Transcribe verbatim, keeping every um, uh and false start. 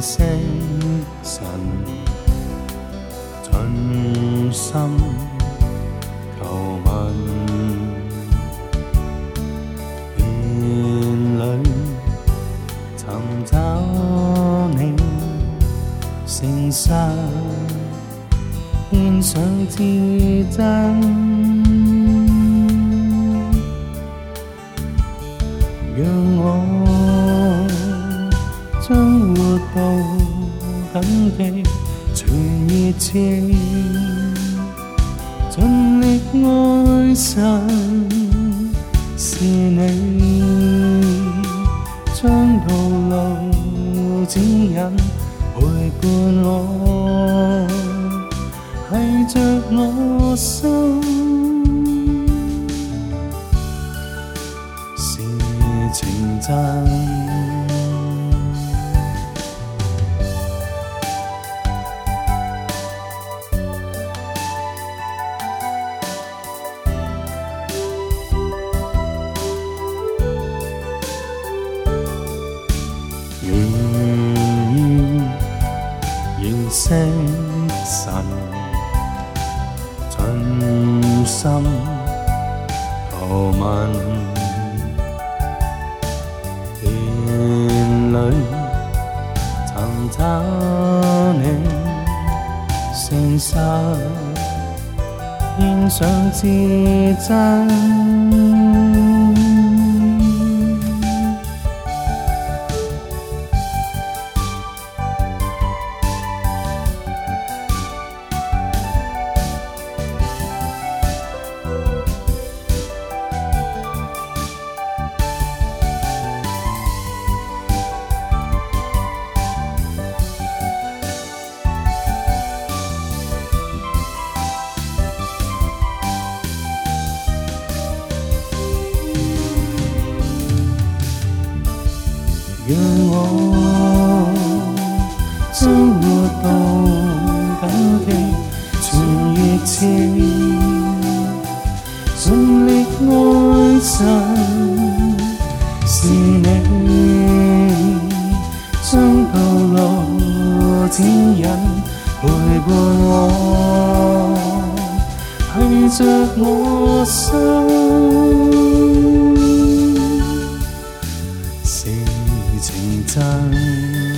息神，尽心求问，遍里寻找你，诚实獻上至真。讓我將活到緊記，全熱情，盡力愛神，是你將道路指引，陪伴我，繫着我心。情真，願意認識神，盡心求問。尋找你，誠實獻上至真。讓我將活到緊記，全熱情，盡力愛神，是你將道路指引，陪伴我，繫着我心。情真。